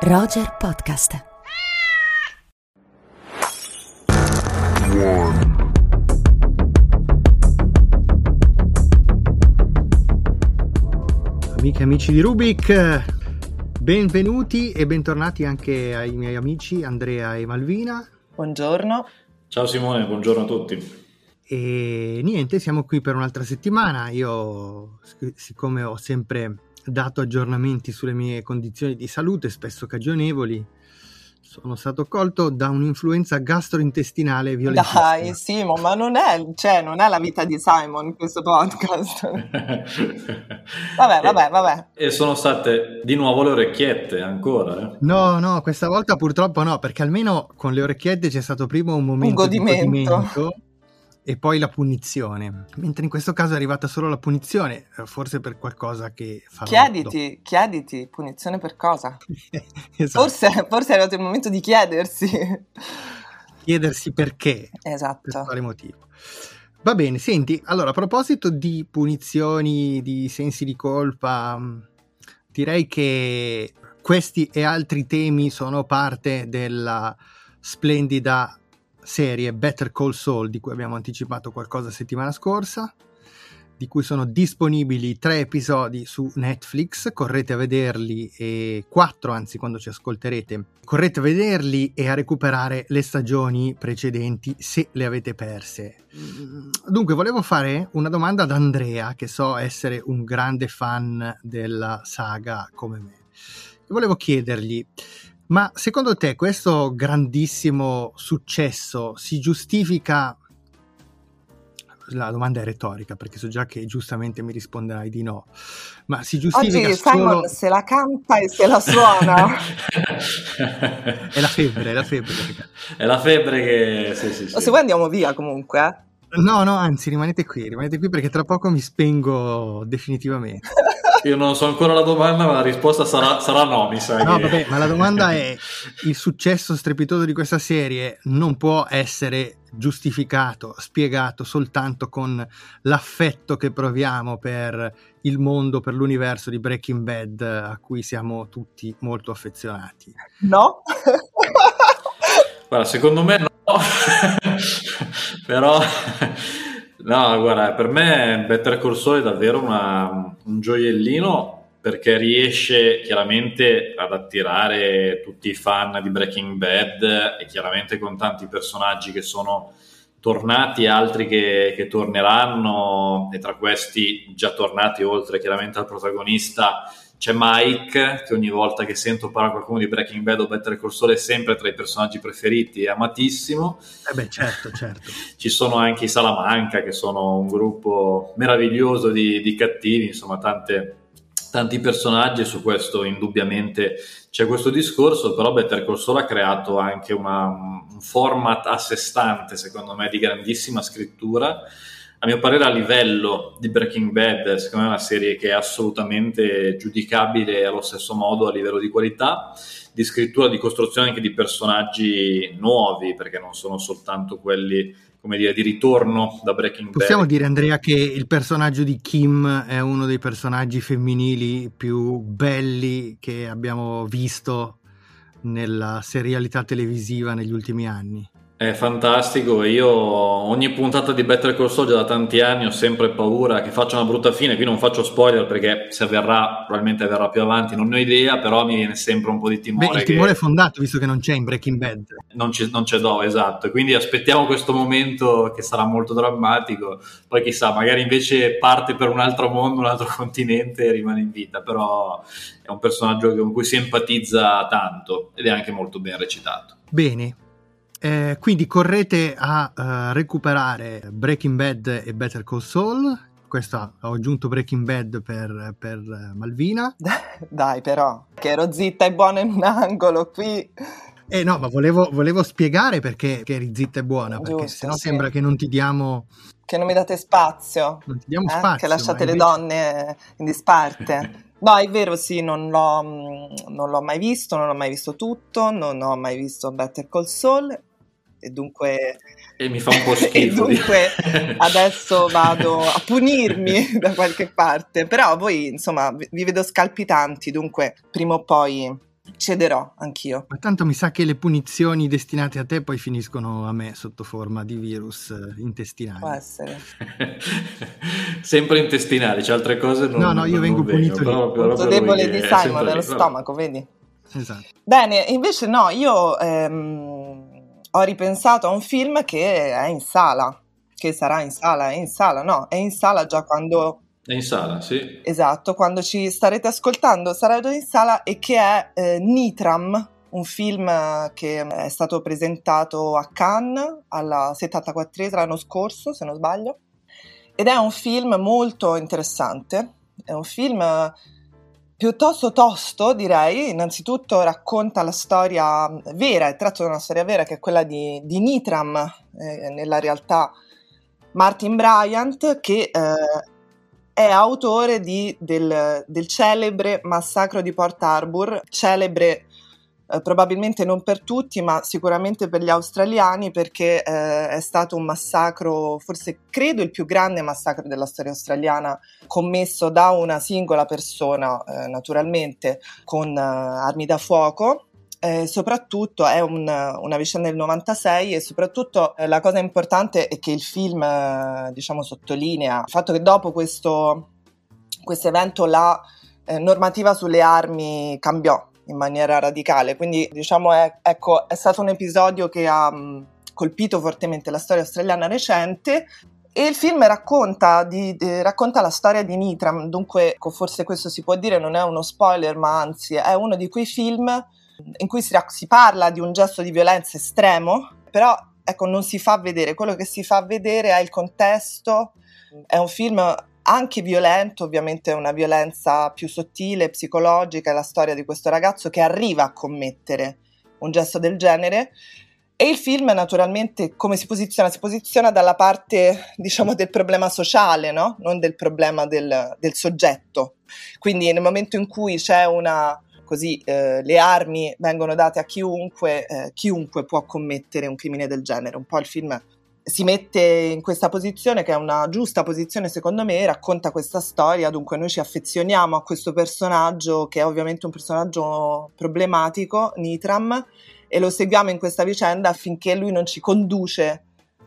Roger Podcast. Amiche e amici di Rubik, benvenuti e bentornati anche ai miei amici Andrea e Malvina. Buongiorno. Ciao Simone, buongiorno a tutti. E niente, siamo qui per un'altra settimana. Io, siccome ho sempre dato aggiornamenti sulle mie condizioni di salute, spesso cagionevoli, sono stato colto da un'influenza gastrointestinale violentissima. Dai, Simo, ma non è la vita di Simon questo podcast. Vabbè. E sono state di nuovo le orecchiette, ancora? No, questa volta purtroppo no, perché almeno con le orecchiette c'è stato prima un momento di godimento e poi la punizione, mentre in questo caso è arrivata solo la punizione, forse per qualcosa che farò. Chiediti, punizione per cosa? Esatto. Forse è arrivato il momento di chiedersi perché, esatto. Per quale motivo. Va bene, senti, allora a proposito di punizioni, di sensi di colpa, direi che questi e altri temi sono parte della splendida serie Better Call Saul, di cui abbiamo anticipato qualcosa settimana scorsa, di cui sono disponibili 3 episodi su Netflix. Correte a vederli, e 4 anzi quando ci ascolterete, correte a vederli e a recuperare le stagioni precedenti se le avete perse. Dunque volevo fare una domanda ad Andrea, che so essere un grande fan della saga come me. Volevo chiedergli: ma secondo te questo grandissimo successo si giustifica? La domanda è retorica, perché so già che giustamente mi risponderai di no, ma si giustifica oggi solo... Simon se la canta e se la suona. È la febbre. È la febbre che... Sì. O se vuoi andiamo via comunque. No, anzi rimanete qui perché tra poco mi spengo definitivamente. Io non so ancora la domanda, ma la risposta sarà no, mi sa. No, vabbè, ma la domanda è: il successo strepitoso di questa serie non può essere giustificato, spiegato soltanto con l'affetto che proviamo per il mondo, per l'universo di Breaking Bad, a cui siamo tutti molto affezionati? No? Guarda, secondo me no. Però... No, guarda, per me Better Call Saul è davvero un gioiellino, perché riesce chiaramente ad attirare tutti i fan di Breaking Bad, e chiaramente con tanti personaggi che sono tornati e altri che torneranno, e tra questi già tornati, oltre chiaramente al protagonista, c'è Mike, che ogni volta che sento parlare qualcuno di Breaking Bad o Better Call Saul è sempre tra i personaggi preferiti, è amatissimo. Certo. Ci sono anche i Salamanca, che sono un gruppo meraviglioso di cattivi, insomma tanti personaggi, e su questo indubbiamente c'è questo discorso. Però Better Call Saul ha creato anche un format a sé stante, secondo me, di grandissima scrittura. A mio parere, a livello di Breaking Bad, secondo me è una serie che è assolutamente giudicabile allo stesso modo a livello di qualità, di scrittura, di costruzione anche di personaggi nuovi, perché non sono soltanto quelli, come dire, di ritorno da Breaking Bad. Possiamo dire, Andrea, che il personaggio di Kim è uno dei personaggi femminili più belli che abbiamo visto nella serialità televisiva negli ultimi anni? È fantastico. Io ogni puntata di Better Call Saul già da tanti anni ho sempre paura che faccia una brutta fine. Qui non faccio spoiler, perché se avverrà probabilmente avverrà più avanti, non ne ho idea, però mi viene sempre un po' di timore. Il timore è fondato, visto che non c'è in Breaking Bad. Non c'è esatto, quindi aspettiamo questo momento che sarà molto drammatico. Poi chissà, magari invece parte per un altro mondo, un altro continente e rimane in vita. Però è un personaggio con cui si empatizza tanto, ed è anche molto ben recitato. Bene. Quindi correte a recuperare Breaking Bad e Better Call Saul. Questo ho aggiunto Breaking Bad per Malvina. Dai, però, che ero zitta e buona in un angolo qui. No, ma volevo spiegare perché eri zitta e buona, perché Giusto, sennò sì. Sembra che non ti diamo... Che non mi date spazio. Non ti diamo spazio. Che lasciate le invece... donne in disparte. No, è vero, sì, non l'ho mai visto tutto, non ho mai visto Better Call Saul, e dunque E mi fa un po' schifo. E dunque adesso vado a punirmi da qualche parte. Però voi, insomma, vi vedo scalpitanti, dunque prima o poi cederò anch'io. Ma tanto mi sa che le punizioni destinate a te poi finiscono a me sotto forma di virus intestinali. Può essere. Sempre intestinali, c'è altre cose non. No, io vengo punito lì. Il punto debole di Simon nello stomaco, vedi? Esatto. Bene, invece no, io ho ripensato a un film che è in sala, che sarà in sala, è in sala già quando... È in sala, sì. Esatto, quando ci starete ascoltando sarà già in sala, e che è Nitram, un film che è stato presentato a Cannes alla 74esima l'anno scorso, se non sbaglio, ed è un film molto interessante, è un film piuttosto tosto, direi. Innanzitutto racconta la storia vera, è tratto da una storia vera, che è quella di Nitram, nella realtà Martin Bryant, che è autore del celebre massacro di Port Harbour, celebre probabilmente non per tutti, ma sicuramente per gli australiani, perché è stato un massacro, forse credo il più grande massacro della storia australiana, commesso da una singola persona, naturalmente con armi da fuoco. Soprattutto è una vicenda del 96, e soprattutto la cosa importante è che il film diciamo sottolinea il fatto che dopo questo evento la normativa sulle armi cambiò in maniera radicale, quindi diciamo è stato un episodio che ha colpito fortemente la storia australiana recente. E il film racconta la storia di Nitram, dunque forse questo si può dire, non è uno spoiler, ma anzi è uno di quei film in cui si parla di un gesto di violenza estremo, però ecco, non si fa vedere, quello che si fa vedere è il contesto. È un film anche violento, ovviamente è una violenza più sottile, psicologica, è la storia di questo ragazzo che arriva a commettere un gesto del genere. E il film naturalmente come si posiziona? Si posiziona dalla parte, diciamo, del problema sociale, no? Non del problema del soggetto. Quindi nel momento in cui c'è le armi vengono date a chiunque può commettere un crimine del genere. Un po' il film si mette in questa posizione, che è una giusta posizione secondo me, racconta questa storia, dunque noi ci affezioniamo a questo personaggio, che è ovviamente un personaggio problematico, Nitram, e lo seguiamo in questa vicenda affinché lui non ci conduce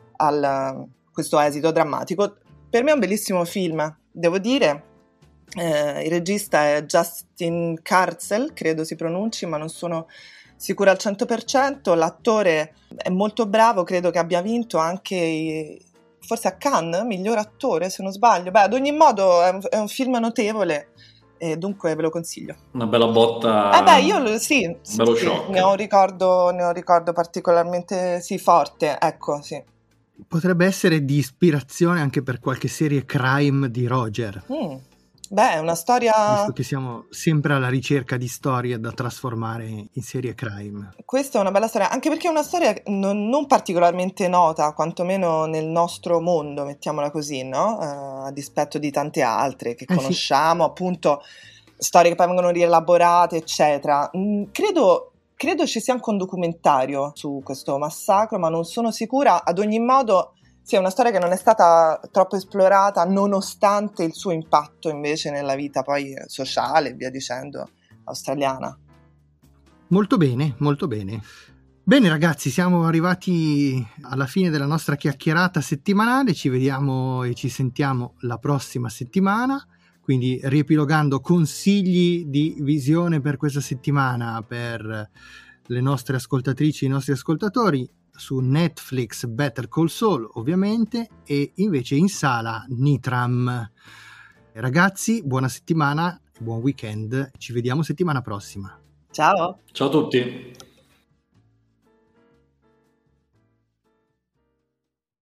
a questo esito drammatico. Per me è un bellissimo film, devo dire. Il regista è Justin Kurzel, credo si pronunci, ma non sono sicura al 100%. L'attore è molto bravo, credo che abbia vinto anche forse a Cannes miglior attore, se non sbaglio. Ad ogni modo è un film notevole, e dunque ve lo consiglio. Una bella botta. Sì, bello shock. Ne ho un ricordo particolarmente forte, ecco, sì. Potrebbe essere di ispirazione anche per qualche serie crime di Roger. È una storia... Visto che siamo sempre alla ricerca di storie da trasformare in serie crime. Questa è una bella storia, anche perché è una storia non particolarmente nota, quantomeno nel nostro mondo, mettiamola così, no? A dispetto di tante altre che conosciamo, sì. Appunto, storie che poi vengono rielaborate, eccetera. Credo ci sia anche un documentario su questo massacro, ma non sono sicura. Ad ogni modo... Sì, è una storia che non è stata troppo esplorata, nonostante il suo impatto invece nella vita poi sociale, via dicendo, australiana. Molto bene, molto bene. Bene ragazzi, siamo arrivati alla fine della nostra chiacchierata settimanale, ci vediamo e ci sentiamo la prossima settimana, quindi riepilogando consigli di visione per questa settimana per le nostre ascoltatrici e i nostri ascoltatori. Su Netflix Better Call Saul ovviamente, e invece in sala Nitram. Ragazzi, buona settimana e buon weekend, ci vediamo settimana prossima. Ciao. Ciao a tutti.